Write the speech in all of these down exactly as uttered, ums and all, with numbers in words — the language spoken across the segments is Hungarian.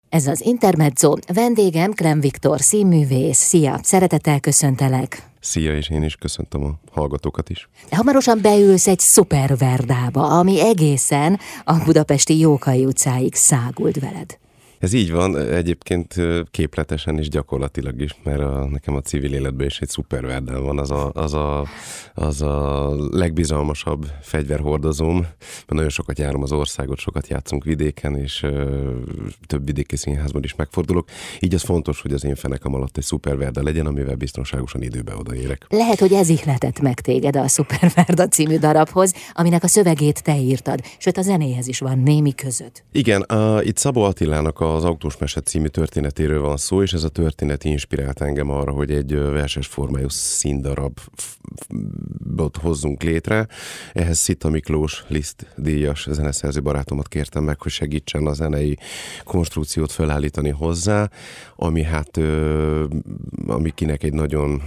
Ez az Intermezzo, vendégem Klemm Viktor, színművész. Szia, szeretettel köszöntelek. Szia, és én is köszöntöm a hallgatókat is. Hamarosan beülsz egy szuperverdába, ami egészen a budapesti Jókai utcáig száguld veled. Ez így van, egyébként képletesen is, gyakorlatilag is, mert a, nekem a civil életben is egy szuperverdám van, az a, az, a, az a legbizalmasabb fegyverhordozóm, mert nagyon sokat járom az országot, sokat játszunk vidéken, és ö, több vidéki színházban is megfordulok. Így az fontos, hogy az én fenekem alatt egy szuperverda legyen, amivel biztonságosan időbe odaérek. Lehet, hogy ez ihletett meg téged a Szuperverda című darabhoz, aminek a szövegét te írtad, sőt a zenéhez is van némi között. Igen, a, itt Szabó Attilának az Autós Mese című történetéről van szó, és ez a történet inspirált engem arra, hogy egy verses formájú színdarabot hozzunk létre. Ehhez Szita Miklós Liszt díjas zeneszerző barátomat kértem meg, hogy segítsen a zenei konstrukciót felállítani hozzá, ami hát, ami kinek egy nagyon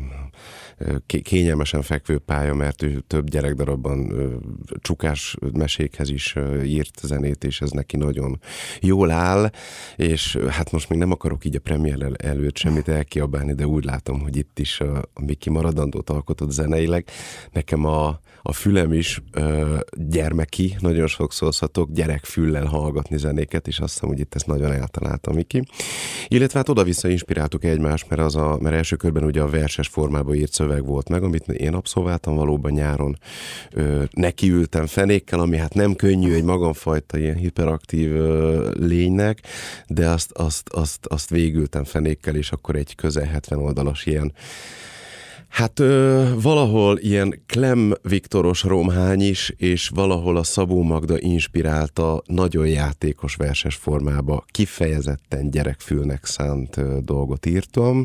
kényelmesen fekvő pálya, mert ő több gyerekdarabban csukás mesékhez is írt zenét, és ez neki nagyon jól áll, és hát most még nem akarok így a premier előtt semmit elkiabálni, de úgy látom, hogy itt is a, a Miki maradandót alkotott zeneileg. Nekem a, a fülem is ö, gyermeki, nagyon sokszor szatok gyerekfüllel hallgatni zenéket, és azt hiszem, hogy itt ezt nagyon eltalálta Miki. Illetve hát oda-vissza inspiráltuk egymást, mert, az a, mert első körben ugye a verses formában írt szöveg volt meg, amit én abszolváltam valóban nyáron. Ö, nekiültem fenékkel, ami hát nem könnyű egy magamfajta ilyen hiperaktív ö, lénynek, de azt, azt, azt, azt végültem fenékkel, és akkor egy közel hetven oldalas ilyen, hát ö, valahol ilyen Klemm Viktoros romhány is, és valahol a Szabó Magda inspirálta nagyon játékos verses formába, kifejezetten gyerekfülnek szánt ö, dolgot írtam,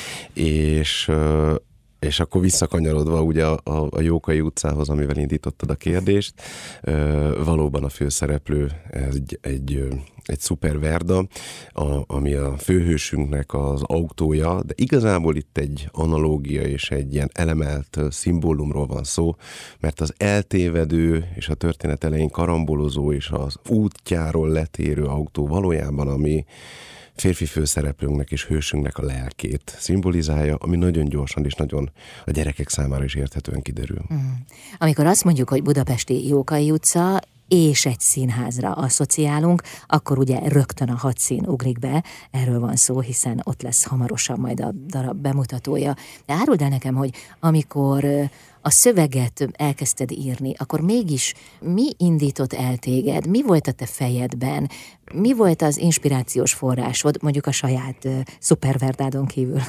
és ö, és akkor visszakanyarodva ugye a, a, a Jókai utcához, amivel indítottad a kérdést, ö, valóban a főszereplő egy, egy, egy szuperverda, a, ami a főhősünknek az autója, de igazából itt egy analógia és egy ilyen elemelt szimbólumról van szó, mert az eltévedő és a történet elején karambolozó és az útjáról letérő autó valójában, ami férfi főszereplőnknek és hősünknek a lelkét szimbolizálja, ami nagyon gyorsan és nagyon a gyerekek számára is érthetően kiderül. Mm. Amikor azt mondjuk, hogy budapesti Jókai utca és egy színházra asszociálunk, akkor ugye rögtön a hat szín ugrik be, erről van szó, hiszen ott lesz hamarosan majd a darab bemutatója. De áruld el nekem, hogy amikor a szöveget elkezdted írni, akkor mégis mi indított el téged? Mi volt a te fejedben? Mi volt az inspirációs forrásod, mondjuk a saját uh, szuperverdádon kívül?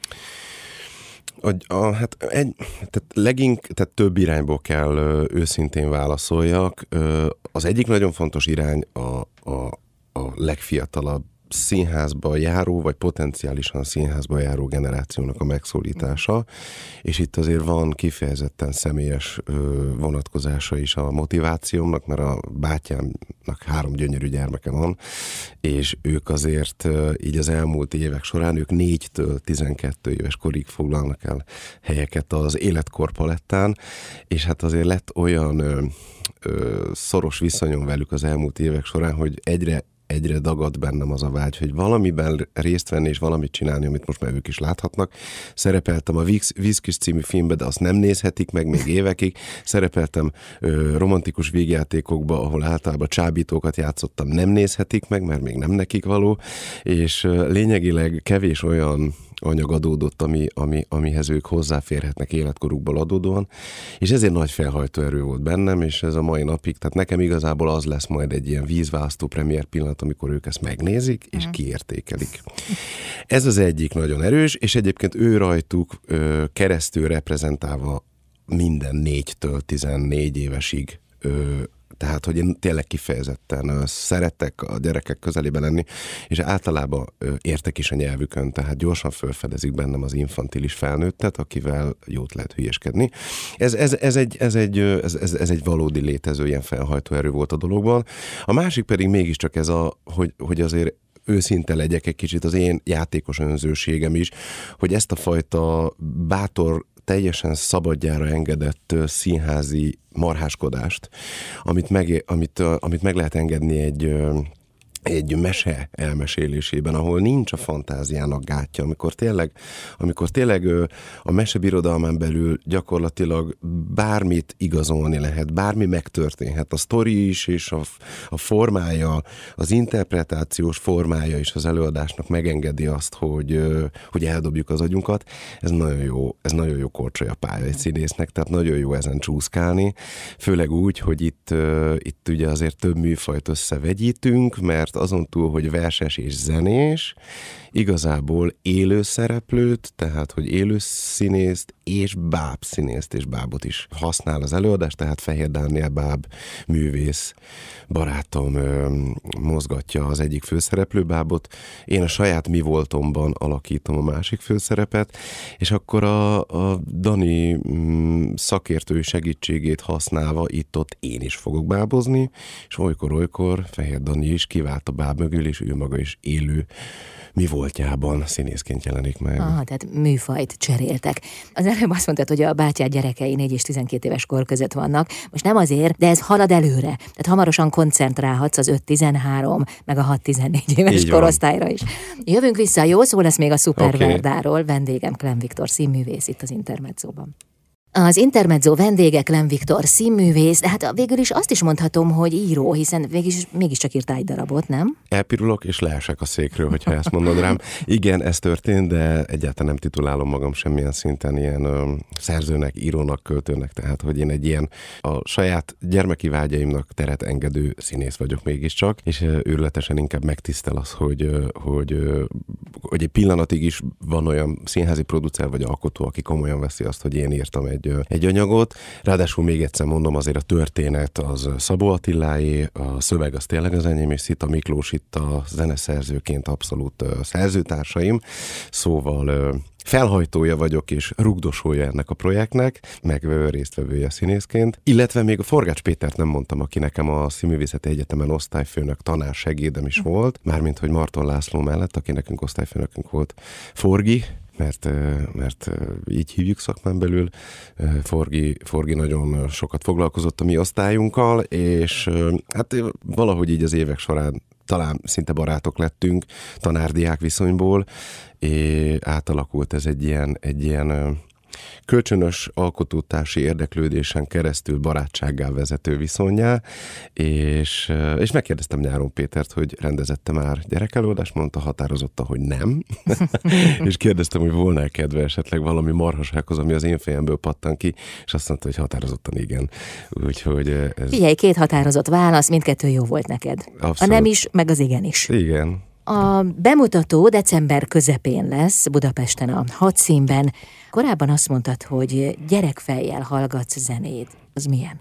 A, a, hát egy, tehát legink, tehát több irányból kell ö, őszintén válaszoljak. Ö, az egyik nagyon fontos irány a, a, a legfiatalabb színházba járó, vagy potenciálisan színházba járó generációnak a megszólítása, és itt azért van kifejezetten személyes ö, vonatkozása is a motivációmnak, mert a bátyámnak három gyönyörű gyermeke van, és ők azért ö, így az elmúlt évek során, ők négytől tizenkét éves korig foglalnak el helyeket az életkorpalettán, és hát azért lett olyan ö, ö, szoros viszonyom velük az elmúlt évek során, hogy egyre egyre dagad bennem az a vágy, hogy valamiben részt venni és valamit csinálni, amit most már ők is láthatnak. Szerepeltem a Vízkis című filmbe, de azt nem nézhetik meg még évekig. Szerepeltem ö, romantikus végjátékokba, ahol általában csábítókat játszottam, nem nézhetik meg, mert még nem nekik való, és ö, lényegileg kevés olyan anyag adódott, ami, ami, amihez ők hozzáférhetnek életkorukból adódóan, és ezért nagy felhajtó erő volt bennem, és ez a mai napig, tehát nekem igazából az lesz majd egy ilyen vízválasztó premier pillanat, amikor ők ezt megnézik, és kiértékelik. Ez az egyik nagyon erős, és egyébként ő rajtuk ö, keresztül reprezentálva minden négytől tizennégy évesig ö, tehát, hogy én tényleg kifejezetten szeretek a gyerekek közelébe lenni, és általában értek is a nyelvükön, tehát gyorsan felfedezik bennem az infantilis felnőttet, akivel jót lehet hülyeskedni. Ez, ez, ez, egy, ez, egy, ez, ez, ez egy valódi létező ilyen felhajtó erő volt a dologban. A másik pedig mégiscsak ez a, hogy, hogy azért őszinte legyek egy kicsit, az én játékos önzőségem is, hogy ezt a fajta bátor, teljesen szabadjára engedett színházi marháskodást, amit meg, amit, amit meg lehet engedni egy, egy mese elmesélésében, ahol nincs a fantáziának gátja, amikor tényleg, amikor tényleg a mesebirodalmán belül gyakorlatilag bármit igazolni lehet, bármi megtörténhet. A sztori is, és a, a formája, az interpretációs formája is az előadásnak megengedi azt, hogy, hogy eldobjuk az agyunkat. Ez nagyon jó, ez nagyon jó korcsolyapálya egy színésznek, tehát nagyon jó ezen csúszkálni, főleg úgy, hogy itt, itt ugye azért több műfajt összevegyítünk, mert azon túl, hogy verses és zenés, igazából élő szereplőt, tehát hogy élő színészt és báb színészt és bábot is használ az előadás, tehát Fehér Dániel báb művész barátom ö, mozgatja az egyik főszereplő bábot, én a saját mi voltomban alakítom a másik főszerepet, és akkor a, a Dani mm, szakértői segítségét használva itt-ott én is fogok bábozni, és olykor-olykor Fehér Dani is kivált a báb mögül, és ő maga is élő mi voltjában színészként jelenik meg. Aha, tehát műfajt cseréltek. Az előbb azt mondtad, hogy a bátyád gyerekei négy és tizenkét éves kor között vannak. Most nem azért, de ez halad előre. Tehát hamarosan koncentrálhatsz az öt-tizenhárom, meg a hat-tizennégy éves korosztályra is. Jövünk vissza, jó szó lesz még a Superverdáról. Okay. Vendégem Klemm Viktor színművész itt az Intermezzóban. Az Intermezzo vendége Klemm Viktor színművész, de hát végül is azt is mondhatom, hogy író, hiszen végig, mégiscsak írtál egy darabot, nem? Elpirulok és leesek a székről, hogyha ezt mondod rám. Igen, ez történt, de egyáltalán nem titulálom magam semmilyen szinten ilyen ö, szerzőnek, írónak, költőnek, tehát hogy én egy ilyen a saját gyermeki vágyaimnak teret engedő színész vagyok mégiscsak, és ö, őrületesen inkább megtisztel az, hogy, ö, hogy, ö, hogy egy pillanatig is van olyan színházi producer vagy alkotó, aki komolyan veszi azt, hogy én írtam egy egy anyagot. Ráadásul még egyszer mondom, azért a történet az Szabó Attiláé, a szöveg az tényleg az enyém, és Szita Miklós itt a zeneszerzőként abszolút szerzőtársaim. Szóval felhajtója vagyok, és rugdosója ennek a projektnek, meg résztvevője színészként. Illetve még a Forgács Pétert nem mondtam, aki nekem a Színművészeti Egyetemen osztályfőnök, tanársegédem is volt, mármint hogy Marton László mellett, aki nekünk osztályfőnökünk volt, Forgi, mert, mert így hívjuk szakmán belül. Forgi, Forgi nagyon sokat foglalkozott a mi osztályunkkal, és hát valahogy így az évek során talán szinte barátok lettünk tanár-diák viszonyból, és átalakult ez egy ilyen, egy ilyen kölcsönös alkotótársi érdeklődésen keresztül barátsággá vezető viszonnyá, és, és megkérdeztem nyáron Pétert, hogy rendezette már gyerekelőadást, mondta határozottan, hogy nem, és kérdeztem, hogy volna-e kedve esetleg valami marhasághoz, ami az én fejemből pattan ki, és azt mondta, hogy határozottan igen. Úgyhogy ez... Figyelj, két határozott válasz, mindkettő jó volt neked. Abszolút. A nem is, meg az igen is. Igen. A bemutató december közepén lesz Budapesten a Hadszínben. Korábban azt mondtad, hogy gyerekfejjel hallgatsz zenét. Az milyen?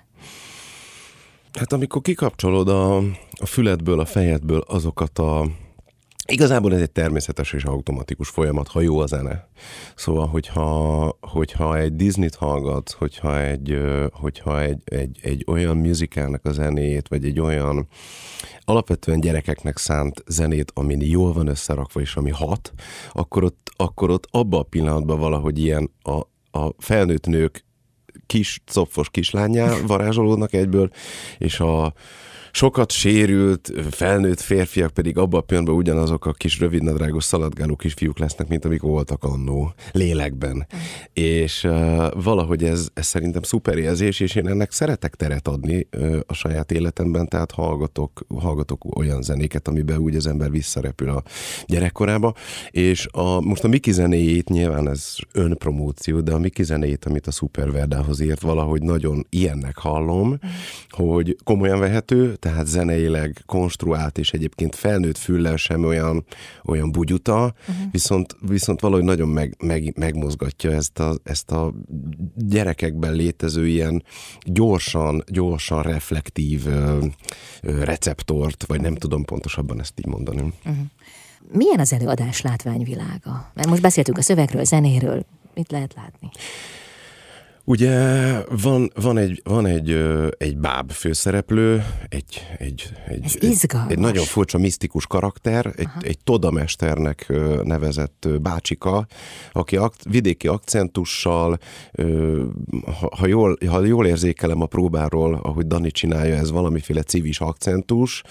Hát amikor kikapcsolod a, a füledből, a fejedből azokat a... Igazából ez egy természetes és automatikus folyamat, ha jó a zene. Szóval, hogyha, hogyha egy Disney-t hallgatsz, hogyha egy, hogyha egy, egy, egy olyan musicalnek a zenéjét, vagy egy olyan alapvetően gyerekeknek szánt zenét, ami jól van összerakva, és ami hat, akkor ott, akkor ott abban a pillanatban valahogy ilyen a, a felnőtt nők kis, copfos kislányá varázsolódnak egyből, és a sokat sérült, felnőtt férfiak pedig abban a pillanatban ugyanazok a kis rövidnadrágos szaladgáló kisfiúk lesznek, mint amik voltak annó, lélekben. Mm. És uh, valahogy ez, ez szerintem szuper érzés, és én ennek szeretek teret adni uh, a saját életemben, tehát hallgatok, hallgatok olyan zenéket, amiben úgy az ember visszarepül a gyerekkorába, és a, most a Miki zenéjét, nyilván ez önpromóció, de a Miki zenéjét, amit a Superverdához írt, valahogy nagyon ilyennek hallom, mm. hogy komolyan vehető, tehát zeneileg konstruált, és egyébként felnőtt füllel sem olyan, olyan bugyuta, uh-huh. viszont, viszont valahogy nagyon meg, meg, megmozgatja ezt a, ezt a gyerekekben létező ilyen gyorsan, gyorsan reflektív ö, ö, receptort, vagy nem tudom pontosabban ezt így mondani. Uh-huh. Milyen az előadás látványvilága? Mert most beszéltünk a szövegről, zenéről. Mit lehet látni? Ugye van, van, egy, van egy, egy báb főszereplő, egy, egy, egy, egy, egy nagyon furcsa, misztikus karakter, egy, egy todamesternek nevezett bácsika, aki ak- vidéki akcentussal, ha, ha, jól, ha jól érzékelem a próbáról, ahogy Dani csinálja, ez valamiféle civis akcentus,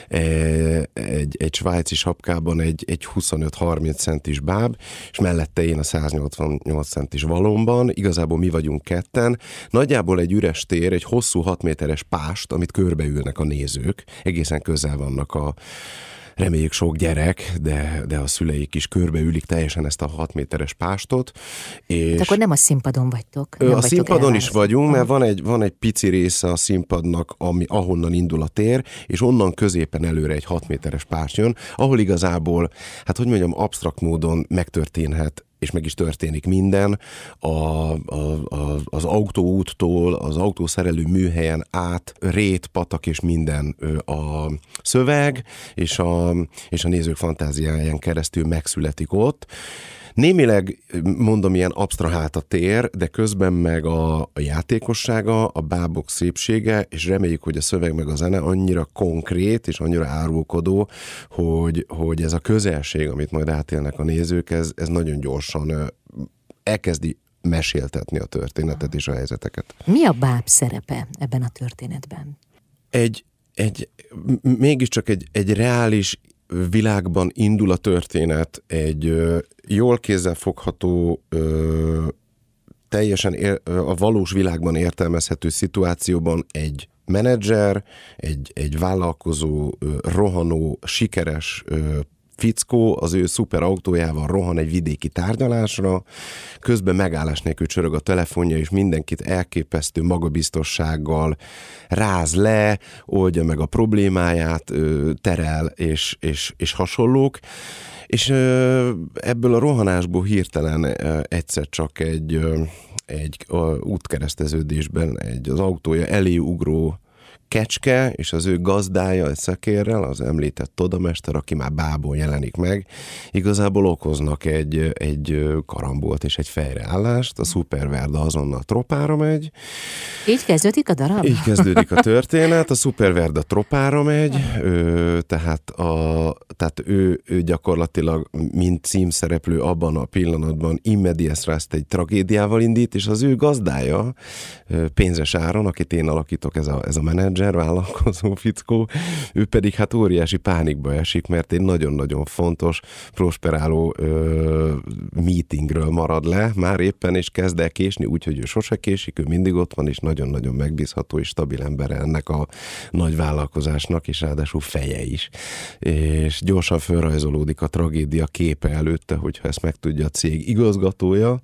egy, egy svájci sapkában egy, egy huszonöt-harminc centis báb, és mellette én a száznyolcvannyolc centis valomban, igazából mi vagyunk ketten, nagyjából egy üres tér, egy hosszú hat méteres pást, amit körbeülnek a nézők, egészen közel vannak a reméljük sok gyerek, de, de a szüleik is körbeülik teljesen ezt a hat méteres pástot. És de akkor nem a színpadon vagytok. Nem a vagytok színpadon is vagyunk, mert van egy, van egy pici része a színpadnak, ami, ahonnan indul a tér, és onnan középen előre egy hat méteres pást jön, ahol igazából, hát hogy mondjam, absztrakt módon megtörténhet, és meg is történik minden, a, a, a, az autóúttól, az autószerelő műhelyen át, rét, patak és minden a szöveg, és a, és a nézők fantáziáján keresztül megszületik ott. Némileg, mondom, ilyen absztrahált a tér, de közben meg a, a játékossága, a bábok szépsége, és reméljük, hogy a szöveg meg a zene annyira konkrét és annyira árulkodó, hogy, hogy ez a közelség, amit majd átélnek a nézők, ez, ez nagyon gyorsan elkezdi meséltetni a történetet és a helyzeteket. Mi a báb szerepe ebben a történetben? Egy, egy mégiscsak egy, egy reális világban indul a történet, egy ö, jól kézzelfogható, ö, teljesen ér, ö, a valós világban értelmezhető szituációban egy menedzser, egy, egy vállalkozó, ö, rohanó, sikeres ö, fickó az ő szuper autójával rohan egy vidéki tárgyalásra, közben megállás nélkül csörög a telefonja, és mindenkit elképesztő magabiztossággal ráz le, oldja meg a problémáját, terel és, és, és hasonlók. És ebből a rohanásból hirtelen egyszer csak egy, egy útkereszteződésben egy az autója elé ugró kecske, és az ő gazdája egy szekérrel, az említett todamester, aki már bából jelenik meg, igazából okoznak egy, egy karambolt és egy fejreállást, a Superverda azonnal tropára megy. Így kezdődik a darab? Így kezdődik a történet, a Superverda tropára megy, ő, tehát, a, tehát ő, ő gyakorlatilag, mint címszereplő abban a pillanatban immedias res egy tragédiával indít, és az ő gazdája pénzes áron, akit én alakítok, ez a, ez a menedzser, vállalkozó fickó, ő pedig hát óriási pánikba esik, mert egy nagyon-nagyon fontos, prosperáló ö, meetingről marad le, már éppen, és kezd el késni, úgyhogy ő sose késik, ő mindig ott van, és nagyon-nagyon megbízható és stabil embere ennek a nagy vállalkozásnak, és ráadásul feje is. És gyorsan felrajzolódik a tragédia képe előtte, hogyha ezt megtudja a cég igazgatója,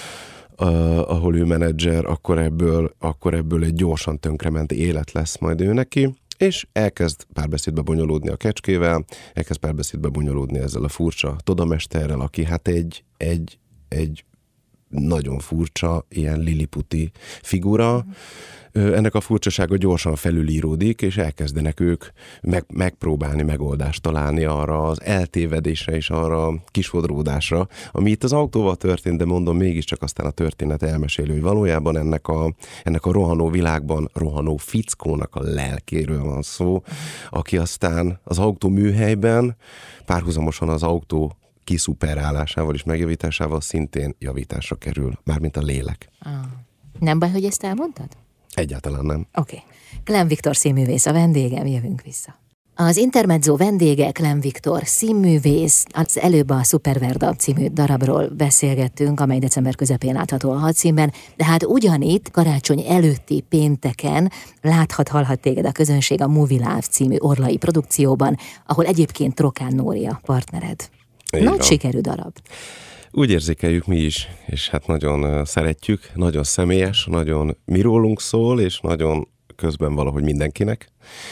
Uh, ahol ő menedzser, akkor ebből, akkor ebből egy gyorsan tönkrement élet lesz majd ő neki, és elkezd párbeszédbe bonyolódni a kecskével, elkezd párbeszédbe bonyolódni ezzel a furcsa todamesterrel, aki hát egy, egy, egy nagyon furcsa, ilyen liliputi figura. Mm. Ennek a furcsasága gyorsan felülíródik, és elkezdenek ők meg, megpróbálni megoldást találni arra az eltévedésre és arra a kisfodródásra, ami itt az autóval történt, de mondom, mégiscsak aztán a történet elmesélő, hogy valójában ennek a, ennek a rohanó világban rohanó fickónak a lelkéről van szó, aki aztán az autó műhelyben párhuzamosan az autó kiszuperálásával és megjavításával szintén javításra kerül, mármint a lélek. Ah. Nem baj, hogy ezt elmondtad? Egyáltalán nem. Oké. Okay. Klemm Viktor színművész a vendégem, jövünk vissza. Az Intermezzo vendége Klemm Viktor színművész. Az előbb a Superverda című darabról beszélgettünk, amely december közepén látható a hadszínben, de hát ugyanitt karácsony előtti pénteken láthat, hallhat téged a közönség a Movie Love című orlai produkcióban, ahol egyébként Trokán Nóri a partnered. Így Nagy van. Sikerű darab. Úgy érzékeljük mi is, és hát nagyon szeretjük, nagyon személyes, nagyon mi rólunk szól, és nagyon közben valahogy mindenkinek.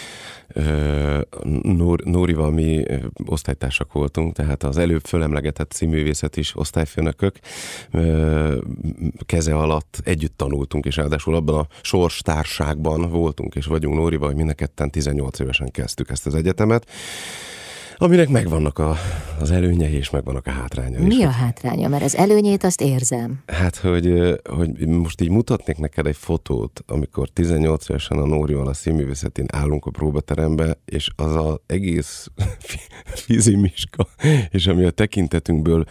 Nórival mi osztálytársak voltunk, tehát az előbb fölemlegetett színművészet is osztályfőnökök keze alatt együtt tanultunk, és ráadásul abban a sorstárságban voltunk, és vagyunk Nórival, hogy mind a ketten tizennyolc évesen kezdtük ezt az egyetemet, aminek megvannak a, az előnyei, és megvannak a hátrányai. Mi a hátránya? Mert az előnyét azt érzem. Hát, hogy, hogy most így mutatnék neked egy fotót, amikor tizennyolc évesen a Nórival a Színművészetén állunk a próbaterembe, és az az egész fizimiska, és ami a tekintetünkből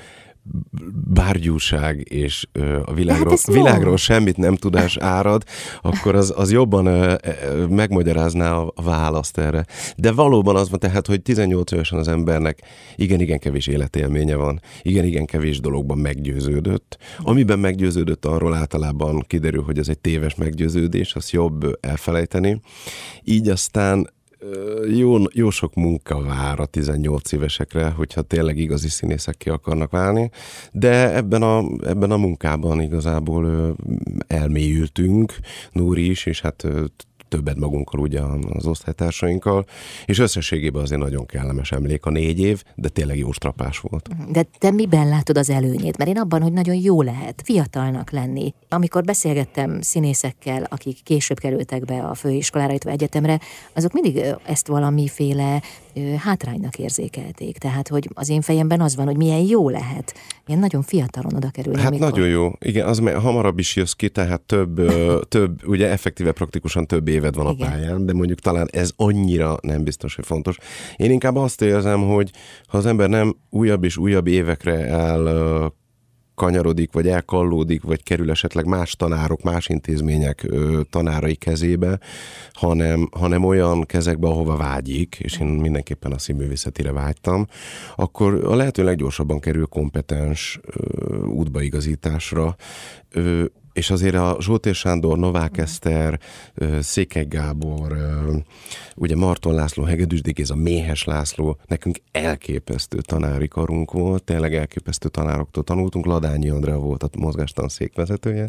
bárgyúság és ö, a világról, hát világról semmit nem tudás árad, akkor az, az jobban ö, ö, megmagyarázná a, a választ erre. De valóban az van tehát, hogy tizennyolc évesen az embernek igen-igen kevés életélménye van, igen-igen kevés dologban meggyőződött. Amiben meggyőződött, arról általában kiderül, hogy ez egy téves meggyőződés, azt jobb elfelejteni. Így aztán Jó, jó sok munka vár a tizennyolc évesekre, hogyha tényleg igazi színészekké akarnak válni, de ebben a, ebben a munkában igazából elmélyültünk, Nóri is, és hát többet magunkkal, ugye az osztálytársainkkal, és összességében azért nagyon kellemes emlék a négy év, de tényleg jó strapás volt. De te miben látod az előnyét? Mert én abban, hogy nagyon jó lehet fiatalnak lenni. Amikor beszélgettem színészekkel, akik később kerültek be a főiskolára, illetve egyetemre, azok mindig ezt valamiféle hátránynak érzékelték. Tehát, hogy az én fejemben az van, hogy milyen jó lehet. Ilyen nagyon fiatalon oda kerülni. Hát amikor... nagyon jó. Igen, az hamarabb is jössz ki, tehát több, több ugye effektíve praktikusan több éved van a Igen. pályán, de mondjuk talán ez annyira nem biztos, hogy fontos. Én inkább azt érzem, hogy ha az ember nem újabb és újabb évekre el kanyarodik, vagy elkallódik, vagy kerül esetleg más tanárok, más intézmények ö, tanárai kezébe, hanem, hanem olyan kezekbe, ahova vágyik, és én mindenképpen a színművészetire vágytam, akkor a lehető leggyorsabban kerül kompetens ö, útbaigazításra, ö, és azért a Zsoltér Sándor, Novák Eszter, Székely Gábor, ugye Marton László, Hegedűs Géza, Méhes László, nekünk elképesztő tanári karunk volt, tényleg elképesztő tanároktól tanultunk, Ladányi Andrea volt a mozgástanszék vezetője,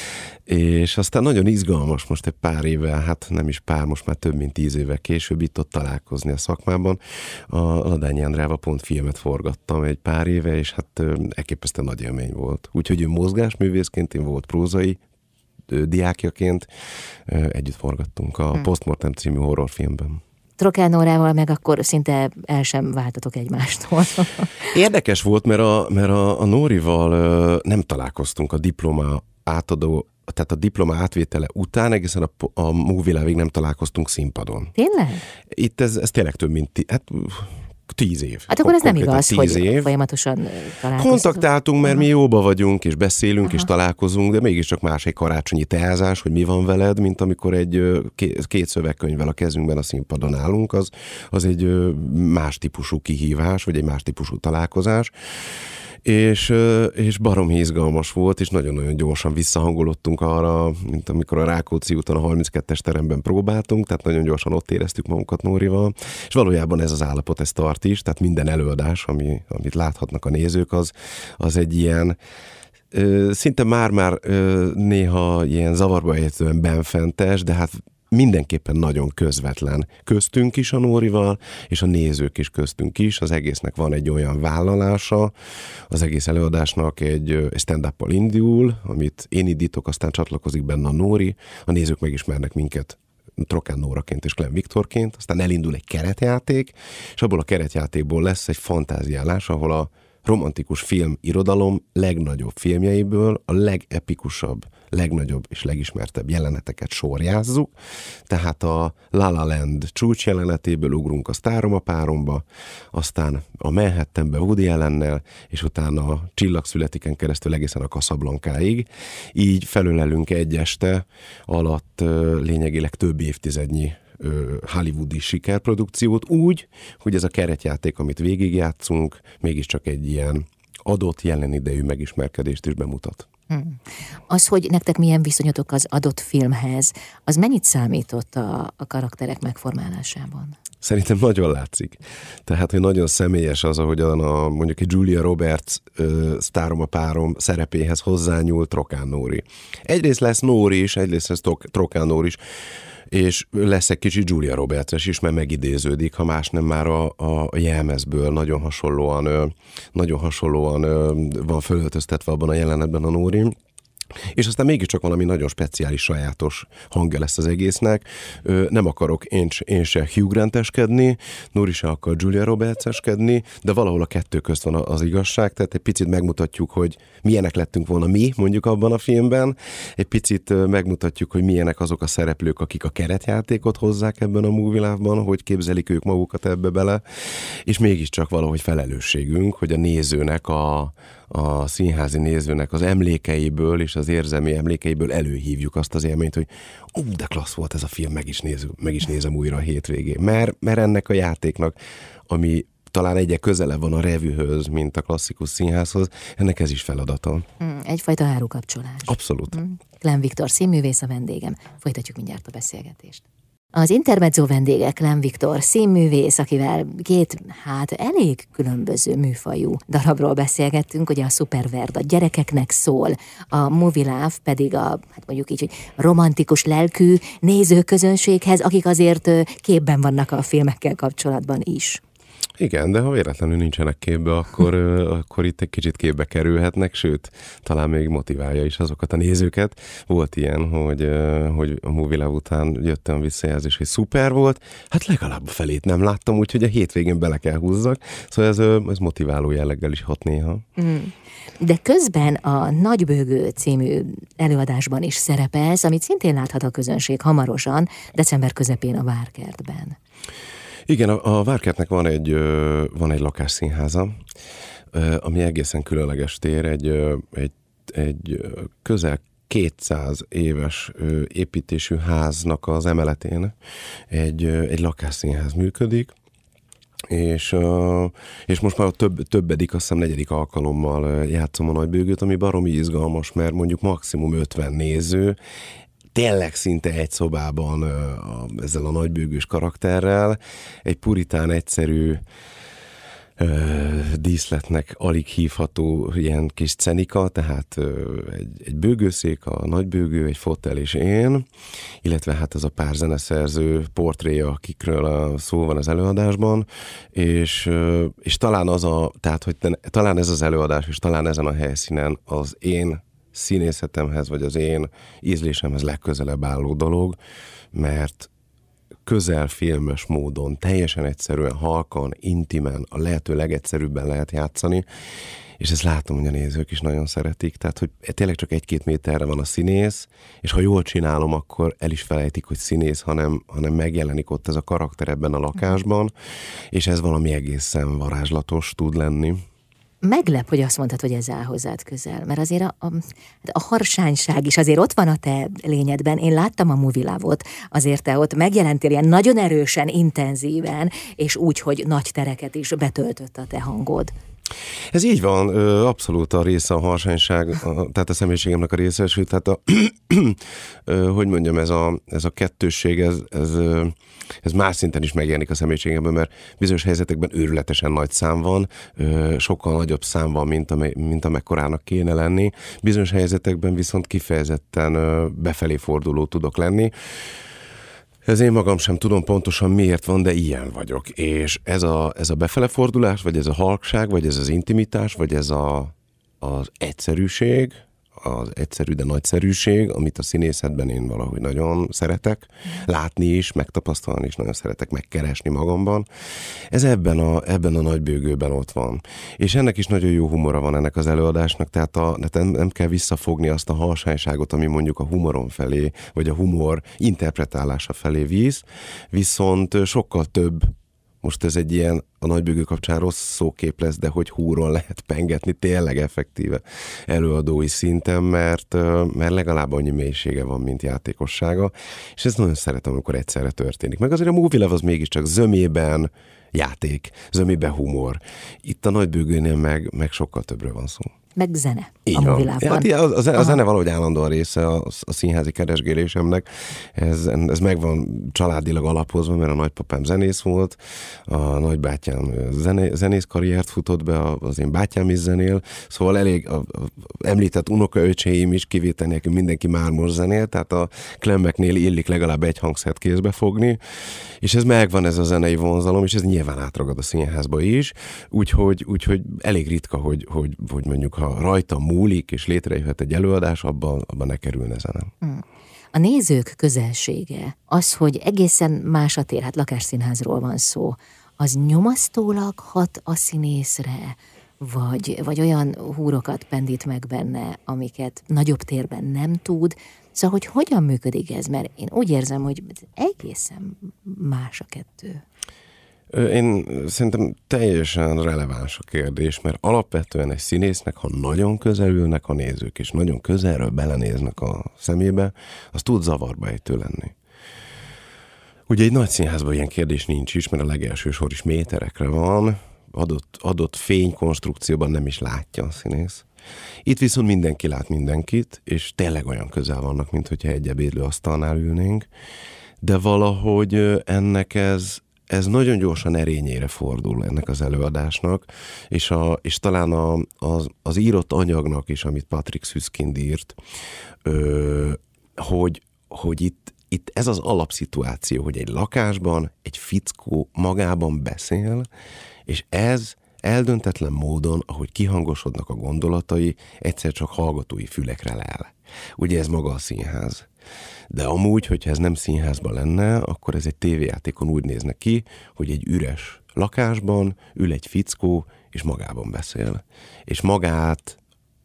és aztán nagyon izgalmas most egy pár évvel, hát nem is pár, most már több mint tíz évvel később itt ott találkozni a szakmában. A Ladányi Andrával pont filmet forgattam egy pár éve, és hát elképesztően nagy élmény volt. Úgyhogy ő mozgásművészként, én volt prózai diákjaként, együtt forgattunk a hmm. Postmortem című horrorfilmben. Trokán Nórával meg akkor szinte el sem váltatok egymástól. Érdekes volt, mert a, mert a, a Nórival nem találkoztunk a diploma átadó, tehát a diploma átvétele után egészen a, a Móvilávig nem találkoztunk színpadon. Tényleg? Itt ez, ez tényleg több mint tí, hát, tíz év. Hát akkor ez nem igaz, hogy év. folyamatosan találkozunk. Kontaktáltunk, mert mi jóba vagyunk, és beszélünk, Aha. és találkozunk, de mégiscsak más egy karácsonyi teázás, hogy mi van veled, mint amikor egy két szövegkönyvvel a kezünkben a színpadon állunk, az, az egy más típusú kihívás, vagy egy más típusú találkozás. És, és baromi izgalmas volt, és nagyon-nagyon gyorsan visszahangolottunk arra, mint amikor a Rákóczi úton a harminckettes teremben próbáltunk, tehát nagyon gyorsan ott éreztük magunkat Nórival, és valójában ez az állapot, ez tart is, tehát minden előadás, ami, amit láthatnak a nézők, az, az egy ilyen, ö, szinte már-már ö, néha ilyen zavarba ejtően benfentes, de hát mindenképpen nagyon közvetlen. Köztünk is a Nórival, és a nézők is köztünk is. Az egésznek van egy olyan vállalása, az egész előadásnak egy stand-up-pal indul, amit én indítok, aztán csatlakozik benne a Nóri, a nézők megismernek minket Trokán Nóraként és Klemm Viktorként, aztán elindul egy keretjáték, és abból a keretjátékból lesz egy fantáziálás, ahol a romantikus film irodalom legnagyobb filmjeiből a legepikusabb, legnagyobb és legismertebb jeleneteket sorjázzuk. Tehát a La La Land csúcs jelenetéből ugrunk a Sztárom a páromba, aztán a Manhattanbe Woody Allennel, és utána a Csillagszületiken keresztül egészen a Casablancaig. Így felölelünk egy este alatt lényegileg több évtizednyi hollywoodi sikerprodukciót úgy, hogy ez a keretjáték, amit végigjátszunk, mégiscsak egy ilyen adott jelen idejű megismerkedést is bemutat. Hmm. Az, hogy nektek milyen viszonyotok az adott filmhez, az mennyit számított a, a karakterek megformálásában? Szerintem nagyon látszik. Tehát, hogy nagyon személyes az, ahogyan a, mondjuk egy Julia Roberts uh, Sztárom a párom szerepéhez hozzányúl Trokán Nóri. Egyrészt lesz Nóri is, egyrészt lesz Trokán Nóri is, és lesz egy kicsi Julia Roberts is, mert megidéződik, ha más nem már a, a jelmezből nagyon hasonlóan, nagyon hasonlóan van fölöltöztetve abban a jelenetben a Nóri. És aztán mégiscsak valami nagyon speciális, sajátos hangja lesz az egésznek. Nem akarok én, én se Hugh Grant-eskedni, Nuri se akar Julia Roberts-eskedni, de valahol a kettő közt van az igazság, tehát egy picit megmutatjuk, hogy milyenek lettünk volna mi, mondjuk abban a filmben, egy picit megmutatjuk, hogy milyenek azok a szereplők, akik a keretjátékot hozzák ebben a Movie Love-ban, hogy képzelik ők magukat ebbe bele, és mégiscsak valahogy felelősségünk, hogy a nézőnek, a, a színházi nézőnek az emlékeiből és az érzelmi emlékeiből előhívjuk azt az élményt, hogy ú, de klassz volt ez a film, meg is, néző, meg is nézem újra a hétvégén. Mert, mert ennek a játéknak, ami talán egyre közelebb van a revűhöz, mint a klasszikus színházhoz, ennek ez is feladata. Mm, egyfajta árukapcsolás. Abszolút. Mm. Klemm Viktor színművész a vendégem. Folytatjuk mindjárt a beszélgetést. Az intermezzo vendége Klemm Viktor színművész, akivel két, hát elég különböző műfajú darabról beszélgettünk, ugye a Supervert a gyerekeknek szól, a Movie Love pedig a, hát mondjuk így, hogy romantikus lelkű nézőközönséghez, akik azért képben vannak a filmekkel kapcsolatban is. Igen, de ha véletlenül nincsenek képbe, akkor, akkor itt egy kicsit képbe kerülhetnek, sőt, talán még motiválja is azokat a nézőket. Volt ilyen, hogy, hogy a Movie Love után jöttem visszajelzés, hogy szuper volt, hát legalább a felét nem láttam, úgyhogy a hétvégén bele kell húzzak, szóval ez, ez motiváló jelleggel is hat néha. Mm. De közben a Nagybőgő című előadásban is szerepelsz, amit szintén láthat a közönség hamarosan, december közepén a Várkertben. Igen, a, a Várkertnek van egy, van egy lakásszínháza, ami egészen különleges tér, egy, egy, egy közel kétszáz éves építésű háznak az emeletén egy, egy lakásszínház működik, és, és most már a több, többedik, azt hiszem negyedik alkalommal játszom a Nagybőgőt, ami baromi izgalmas, mert mondjuk maximum ötven néző, tényleg szinte egy szobában a, ezzel a nagybőgős karakterrel, egy puritán egyszerű ö, díszletnek alig hívható ilyen kis scenika, tehát ö, egy, egy bőgőszék, a nagybőgő, egy fotel és én, illetve hát ez a pár zeneszerző portréja, akikről a szó van az előadásban, és, ö, és talán az a, tehát hogy talán ez az előadás, és talán ezen a helyszínen az én színészetemhez, vagy az én ízlésemhez legközelebb álló dolog, mert közelfilmes módon, teljesen egyszerűen, halkan, intimen, a lehető legegyszerűbben lehet játszani, és ezt látom, hogy a nézők is nagyon szeretik, tehát hogy tényleg csak egy-két méterre van a színész, és ha jól csinálom, akkor el is felejtik, hogy színész, hanem, hanem megjelenik ott ez a karakter ebben a lakásban, és ez valami egészen varázslatos tud lenni. Meglep, hogy azt mondtad, hogy ez áll hozzád közel, mert azért a, a, a harsányság is azért ott van a te lényedben. Én láttam a Movie Love-ot, azért te ott megjelentél ilyen nagyon erősen, intenzíven, és úgy, hogy nagy tereket is betöltött a te hangod. Ez így van, abszolút a része a harsányság, a, tehát a személyiségemnek a része, sőt, tehát a, hogy mondjam, ez a, ez a kettősség, ez, ez, ez más szinten is megjelenik a személyiségemben, mert bizonyos helyzetekben őrületesen nagy szám van, sokkal nagyobb szám van, mint, amely, mint amekkorának kéne lenni, bizonyos helyzetekben viszont kifejezetten befelé forduló tudok lenni. Ez én magam sem tudom pontosan miért van, de ilyen vagyok. És ez a, ez a befelefordulás, vagy ez a halkság, vagy ez az intimitás, vagy ez a, az egyszerűség, az egyszerű, de nagyszerűség, amit a színészetben én valahogy nagyon szeretek látni is, megtapasztalni is, nagyon szeretek megkeresni magamban. Ez ebben a, ebben a nagybőgőben ott van. És ennek is nagyon jó humora van ennek az előadásnak, tehát a, nem, nem kell visszafogni azt a harsányságot, ami mondjuk a humoron felé, vagy a humor interpretálása felé víz, viszont sokkal több. Most ez egy ilyen, a nagybőgő kapcsán rossz szókép lesz, de hogy húron lehet pengetni tényleg effektíve előadói szinten, mert, mert legalább annyi mélysége van, mint játékossága, és ezt nagyon szeretem, amikor egyszerre történik. Meg azért a Movie Love az mégiscsak zömében játék, zömében humor. Itt a nagybőgőnél meg, meg sokkal többről van szó. Meg zene. Így a Movie Love-ban. Ja, a, a, a zene valahogy állandóan része a, a színházi keresgélésemnek. Ez, ez megvan családilag alapozva, mert a nagypapám zenész volt, a nagybátyám zené, zenész karriert futott be, az én bátyám is zenél, szóval elég a, a említett unokaöcseim is kivétel nélkül mindenki már most zenél, tehát a Klemmeknél illik legalább egy hangszert kézbe fogni, és ez megvan ez a zenei vonzalom, és ez nyilván átragad a színházba is, úgyhogy, úgyhogy elég ritka, hogy, hogy, hogy mondjuk ha hogyha rajta múlik, és létrejöhet egy előadás, abban, abban ne kerülne zene. Hmm. A nézők közelsége, az, hogy egészen más a tér, hát lakásszínházról van szó, az nyomasztólag hat a színészre, vagy, vagy olyan húrokat pendít meg benne, amiket nagyobb térben nem tud. Szóval, hogy hogyan működik ez? Mert én úgy érzem, hogy egészen más a kettő. Én szerintem teljesen releváns a kérdés, mert alapvetően egy színésznek, ha nagyon közel ülnek a nézők, és nagyon közelről belenéznek a szemébe, az tud zavarba ejtő lenni. Ugye egy nagy színházban ilyen kérdés nincs is, mert a legelső sor is méterekre van, adott, adott fénykonstrukcióban nem is látja a színész. Itt viszont mindenki lát mindenkit, és tényleg olyan közel vannak, mint hogyha egy ebédlőasztalnál ülnénk, de valahogy ennek ez, ez nagyon gyorsan erényére fordul ennek az előadásnak, és, a, és talán a, az, az írott anyagnak is, amit Patrick Süskind írt, ö, hogy, hogy itt, itt ez az alapszituáció, hogy egy lakásban egy fickó magában beszél, és ez eldöntetlen módon, ahogy kihangosodnak a gondolatai, egyszer csak hallgatói fülekre lel. Ugye ez maga a színház. De amúgy, hogyha ez nem színházban lenne, akkor ez egy tévéjátékon úgy nézne ki, hogy egy üres lakásban ül egy fickó, és magában beszél. És magát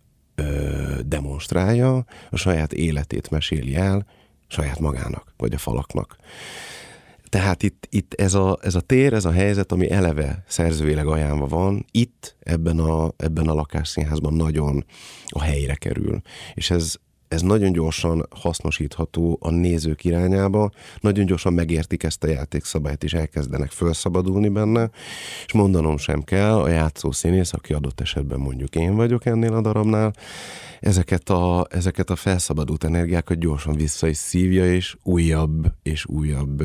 ö, demonstrálja, a saját életét meséli el, saját magának, vagy a falaknak. Tehát itt, itt ez, a, ez a tér, ez a helyzet, ami eleve szerzőileg ajánlva van, itt ebben a, ebben a lakásszínházban nagyon a helyre kerül. És ez, ez nagyon gyorsan hasznosítható a nézők irányába, nagyon gyorsan megértik ezt a játékszabályt, és elkezdenek felszabadulni benne, és mondanom sem kell, a játszó színész, aki adott esetben mondjuk én vagyok ennél a darabnál, ezeket a, ezeket a felszabadult energiákat gyorsan vissza is szívja, és újabb és újabb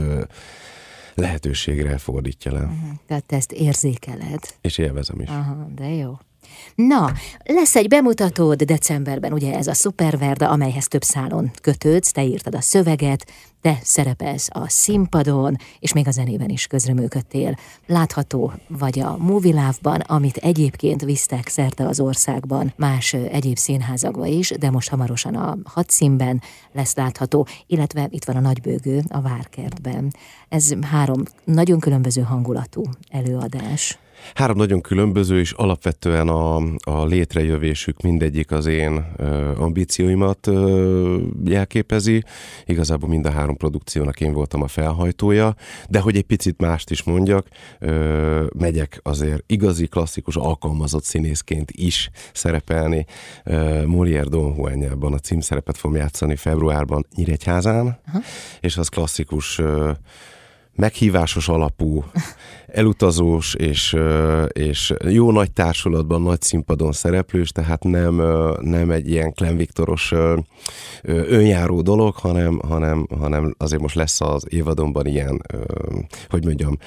lehetőségre fordítja le. Uh-huh. Tehát te ezt érzékeled. És élvezem is. Aha, de jó. Na, lesz egy bemutatód decemberben, ugye ez a Superverda, amelyhez több szálon kötődsz, te írtad a szöveget, te szerepelsz a színpadon, és még a zenében is közreműködtél. Látható vagy a Movie Love-ban, amit egyébként visztek szerte az országban, más egyéb színházakba is, de most hamarosan a Hadszínben lesz látható, illetve itt van a Nagybőgő, a Várkertben. Ez három nagyon különböző hangulatú előadás. Három nagyon különböző, és alapvetően a, a létrejövésük mindegyik az én ö, ambícióimat ö, jelképezi. Igazából mind a három produkciónak én voltam a felhajtója, de hogy egy picit mást is mondjak, ö, megyek azért igazi, klasszikus, alkalmazott színészként is szerepelni. Ö, Molière Don Juanjában a címszerepet fogom játszani februárban Nyíregyházán, aha, és az klasszikus ö, meghívásos alapú, elutazós és, és jó nagy társulatban, nagy színpadon szereplős, tehát nem, nem egy ilyen Klen Viktoros önjáró dolog, hanem, hanem, hanem azért most lesz az évadonban ilyen, hogy mondjam,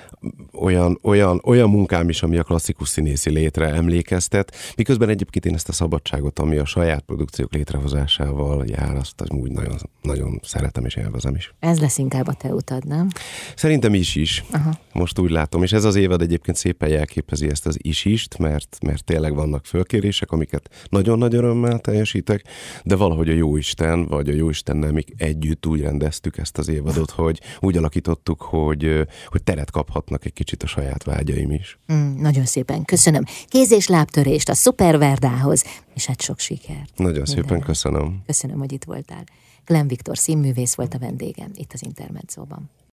olyan, olyan, olyan munkám is, ami a klasszikus színészi létre emlékeztet, miközben egyébként én ezt a szabadságot, ami a saját produkciók létrehozásával jár, azt úgy nagyon, nagyon szeretem és élvezem is. Ez lesz inkább a te utad, nem? Szerintem is is. Aha. Most úgy látom, és ez az évad egyébként szépen jelképezi ezt az is-ist, mert, mert tényleg vannak fölkérések, amiket nagyon nagy örömmel teljesítek, de valahogy a Jóisten, vagy a Jóistennel még együtt úgy rendeztük ezt az évadot, hogy úgy alakítottuk, hogy, hogy teret kaphat egy kicsit a saját vágyaim is. Mm, nagyon szépen köszönöm. Kéz- és lábtörést a Superverdához, és hát sok sikert. Nagyon minden. Szépen köszönöm. Köszönöm, hogy itt voltál. Klen Viktor színművész volt a vendégem itt az Intermedzóban.